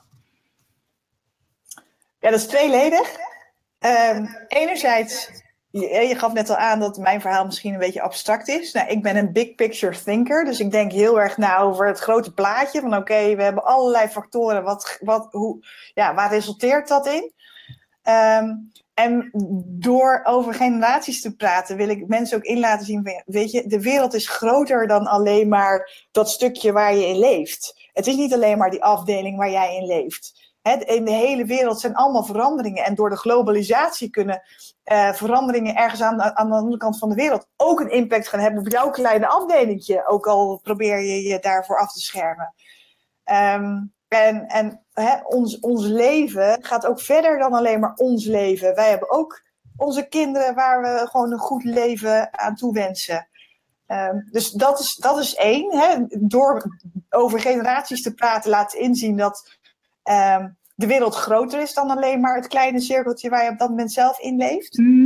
Ja, dat is tweeledig. Um, enerzijds... Je, je gaf net al aan dat mijn verhaal misschien een beetje abstract is. Nou, ik ben een big picture thinker. Dus ik denk heel erg na over het grote plaatje. Van oké, okay, we hebben allerlei factoren. Wat, wat, hoe, ja, waar resulteert dat in? Um, en door over generaties te praten wil ik mensen ook in laten zien. Weet je, de wereld is groter dan alleen maar dat stukje waar je in leeft. Het is niet alleen maar die afdeling waar jij in leeft. He, in de hele wereld zijn allemaal veranderingen. En door de globalisatie kunnen uh, veranderingen ergens aan, aan de andere kant van de wereld ook een impact gaan hebben op jouw kleine afdelingje. Ook al probeer je je daarvoor af te schermen. Um, en en he, ons, ons leven gaat ook verder dan alleen maar ons leven. Wij hebben ook onze kinderen waar we gewoon een goed leven aan toewensen. Um, dus dat is, dat is één. He, door over generaties te praten laten inzien dat... Um, de wereld groter is dan alleen maar het kleine cirkeltje waar je op dat moment zelf in leeft. Mm.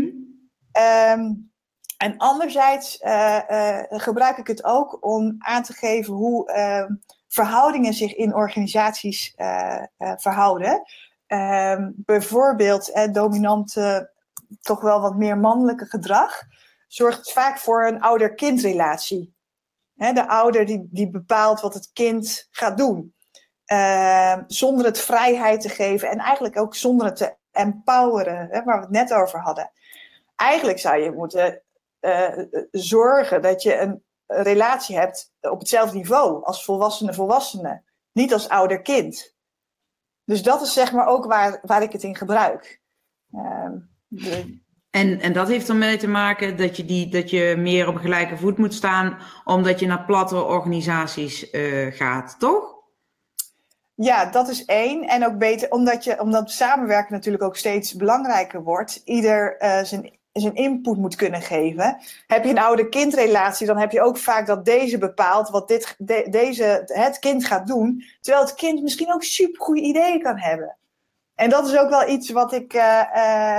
Um, en anderzijds uh, uh, gebruik ik het ook om aan te geven hoe uh, verhoudingen zich in organisaties uh, uh, verhouden. Um, bijvoorbeeld uh, dominante, toch wel wat meer mannelijke gedrag zorgt vaak voor een ouder-kindrelatie. He, de ouder die, die bepaalt wat het kind gaat doen. Uh, zonder het vrijheid te geven en eigenlijk ook zonder het te empoweren, hè, waar we het net over hadden. Eigenlijk zou je moeten uh, zorgen dat je een relatie hebt op hetzelfde niveau als volwassene-volwassene, niet als ouder-kind. Dus dat is zeg maar ook waar, waar ik het in gebruik. Uh, de... En, en dat heeft ermee te maken dat je, die, dat je meer op een gelijke voet moet staan, omdat je naar platte organisaties uh, gaat, toch? Ja, dat is één. En ook beter, omdat, je, omdat samenwerken natuurlijk ook steeds belangrijker wordt. Ieder uh, zijn, zijn input moet kunnen geven. Heb je een ouder-kindrelatie, dan heb je ook vaak dat deze bepaalt wat dit, de, deze, het kind gaat doen. Terwijl het kind misschien ook supergoeie ideeën kan hebben. En dat is ook wel iets wat ik, uh, uh,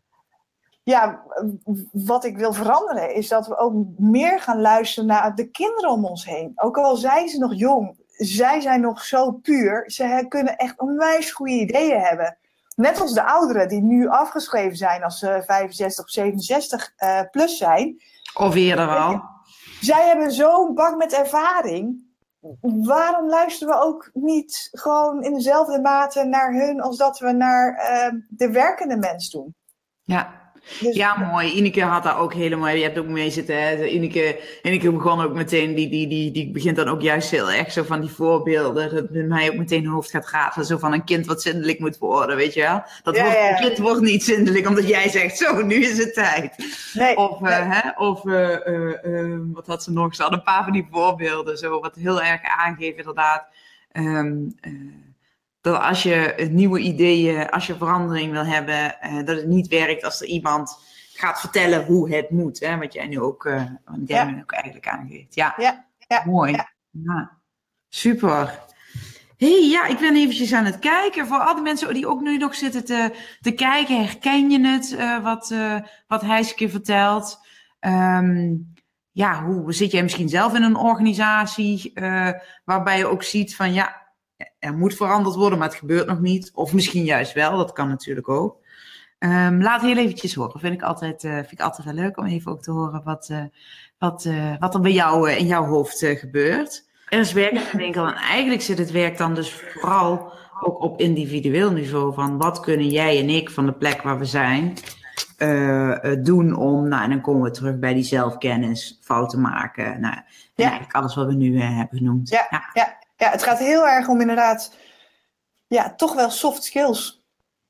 ja, wat ik wil veranderen. Is dat we ook meer gaan luisteren naar de kinderen om ons heen. Ook al zijn ze nog jong. Zij zijn nog zo puur. Ze kunnen echt onwijs goede ideeën hebben. Net als de ouderen die nu afgeschreven zijn als ze vijfenzestig of zevenenzestig uh, plus zijn. Of eerder al. Zij hebben zo'n bak met ervaring. Waarom luisteren we ook niet gewoon in dezelfde mate naar hun als dat we naar uh, de werkende mens doen? Ja. Dus, Ja, mooi. Ineke had daar ook helemaal, je hebt ook mee zitten. Hè? Ineke, Ineke begon ook meteen, die, die, die, die begint dan ook juist heel erg zo van die voorbeelden. Dat bij mij ook meteen het hoofd gaat ratelen. Zo van een kind wat zindelijk moet worden, weet je wel. Dat Ja, wordt, ja. Een kind wordt niet zindelijk omdat jij zegt, zo, nu is het tijd. Nee, Of, nee. uh, hè? of uh, uh, uh, wat had ze nog? Ze had een paar van die voorbeelden, zo, wat heel erg aangeeft inderdaad. Um, uh, dat als je nieuwe ideeën, als je verandering wil hebben, uh, dat het niet werkt als er iemand gaat vertellen hoe het moet. Hè? Wat jij nu ook, uh, wat jij Ja. nu ook eigenlijk aangeeft. Ja, Ja, ja, mooi. ja. Ja. Super. hey, ja, ik ben eventjes aan het kijken. Voor al die mensen die ook nu nog zitten te, te kijken, herken je het, uh, wat, uh, wat Hijske vertelt? Um, ja, hoe zit jij misschien zelf in een organisatie uh, waarbij je ook ziet van ja, er moet veranderd worden, maar het gebeurt nog niet. Of misschien juist wel, dat kan natuurlijk ook. Um, laat heel eventjes horen. Vind ik altijd, uh, vind ik altijd wel leuk om even ook te horen wat, uh, wat, uh, wat er bij jou uh, in jouw hoofd uh, gebeurt. Er is werk in de winkel en eigenlijk zit het werk dan dus vooral ook op individueel niveau. Van wat kunnen jij en ik van de plek waar we zijn uh, uh, doen om, nou en dan komen we terug bij die zelfkennis, fouten maken. Nou, en Ja. eigenlijk alles wat we nu uh, hebben genoemd. Ja, Ja. ja, ja, het gaat heel erg om inderdaad, ja, toch wel soft skills.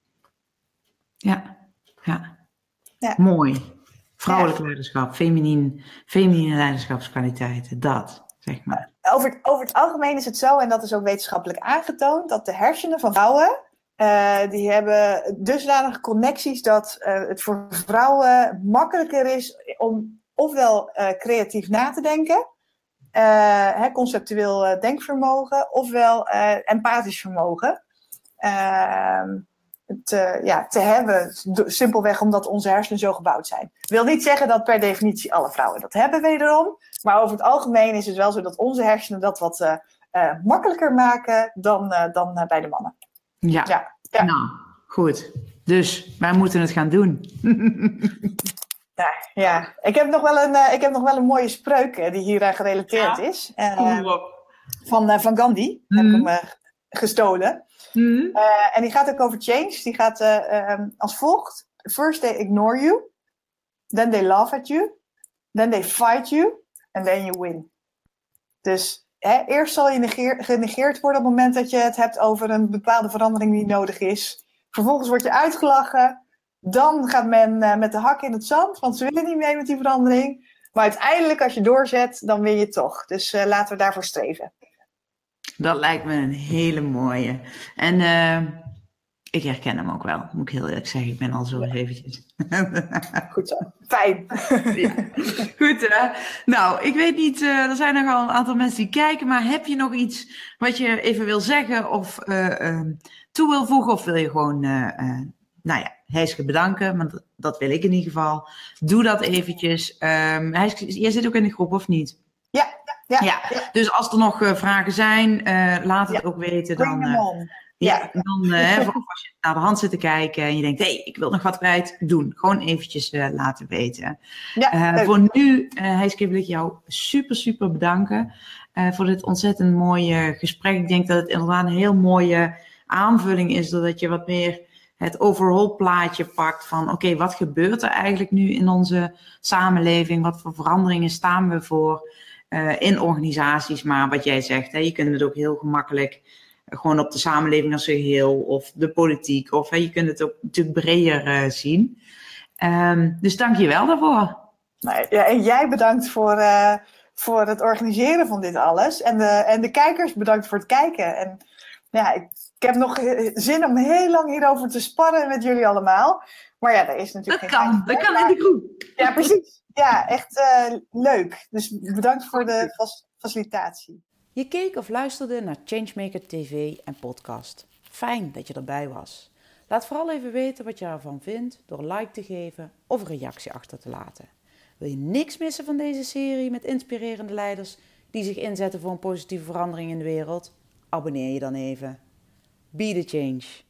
Ja, ja. Ja. Mooi. Vrouwelijk Ja. leiderschap, feminien, feminine leiderschapskwaliteiten, dat, zeg maar. Over het, over het algemeen is het zo, en dat is ook wetenschappelijk aangetoond, dat de hersenen van vrouwen, uh, die hebben dusdanige connecties dat uh, het voor vrouwen makkelijker is om ofwel uh, creatief na te denken, uh, hè, conceptueel uh, denkvermogen, ofwel uh, empathisch vermogen. Uh, Te, ja, te hebben, simpelweg omdat onze hersenen zo gebouwd zijn. Ik wil niet zeggen dat per definitie alle vrouwen dat hebben wederom, maar over het algemeen is het wel zo dat onze hersenen dat wat uh, uh, makkelijker maken dan, uh, dan uh, bij de mannen. Ja. Ja, ja. Nou, goed. Dus wij moeten het gaan doen. Ja, ja. Ik heb nog wel een, uh, ik heb nog wel een mooie spreuk uh, die hier uh, gerelateerd Ja. is. Uh, van, uh, van Gandhi, Mm. heb ik hem uh, gestolen. Mm. Uh, en die gaat ook over change. Die gaat uh, um, als volgt. First they ignore you. Then they laugh at you. Then they fight you. And then you win. Dus hè, eerst zal je negeer, genegeerd worden op het moment dat je het hebt over een bepaalde verandering die nodig is. Vervolgens word je uitgelachen. Dan gaat men uh, met de hak in het zand, want ze willen niet mee met die verandering. Maar uiteindelijk als je doorzet, dan win je toch. Dus uh, laten we daarvoor streven. Dat lijkt me een hele mooie. En uh, ik herken hem ook wel, moet ik heel eerlijk zeggen. Ik ben al zo eens eventjes. Goed zo. Fijn. Ja. Goed hè. Nou, ik weet niet, uh, er zijn nogal een aantal mensen die kijken, maar heb je nog iets wat je even wil zeggen of uh, uh, toe wil voegen? Of wil je gewoon, uh, uh, nou ja, Hijske bedanken, want dat, dat wil ik in ieder geval. Doe dat eventjes. Um, Hijske, jij zit ook in de groep of niet? Ja, ja, Ja, ja. dus als er nog uh, vragen zijn, uh, laat het Ja. ook weten. Bring Dan, them uh, on. ja, Ja. dan uh, hè, of als je naar de hand zit te kijken en je denkt, hé, hey, ik wil nog wat kwijt, doen. Gewoon eventjes uh, laten weten. Ja, Uh, leuk. voor nu, uh, Hijske, wil ik jou super, super bedanken uh, voor dit ontzettend mooie gesprek. Ik denk dat het inderdaad een heel mooie aanvulling is, doordat je wat meer het overall plaatje pakt van, oké, okay, wat gebeurt er eigenlijk nu in onze samenleving? Wat voor veranderingen staan we voor uh, in organisaties? Maar wat jij zegt, hè, je kunt het ook heel gemakkelijk uh, gewoon op de samenleving als geheel of de politiek. Of hè, je kunt het ook natuurlijk breder uh, zien. Um, dus dank je wel daarvoor. Nou, ja, en jij bedankt voor, uh, voor het organiseren van dit alles. En de, en de kijkers bedankt voor het kijken. En ja, ik, ik heb nog zin om heel lang hierover te sparren met jullie allemaal. Maar ja, dat is natuurlijk Dat geen kan, dat kan in de groep. Ja, precies. Ja, echt uh, leuk. Dus bedankt voor de fas- facilitatie. Je keek of luisterde naar Changemaker T V en podcast. Fijn dat je erbij was. Laat vooral even weten wat je ervan vindt door een like te geven of een reactie achter te laten. Wil je niks missen van deze serie met inspirerende leiders die zich inzetten voor een positieve verandering in de wereld? Abonneer je dan even. Be the change.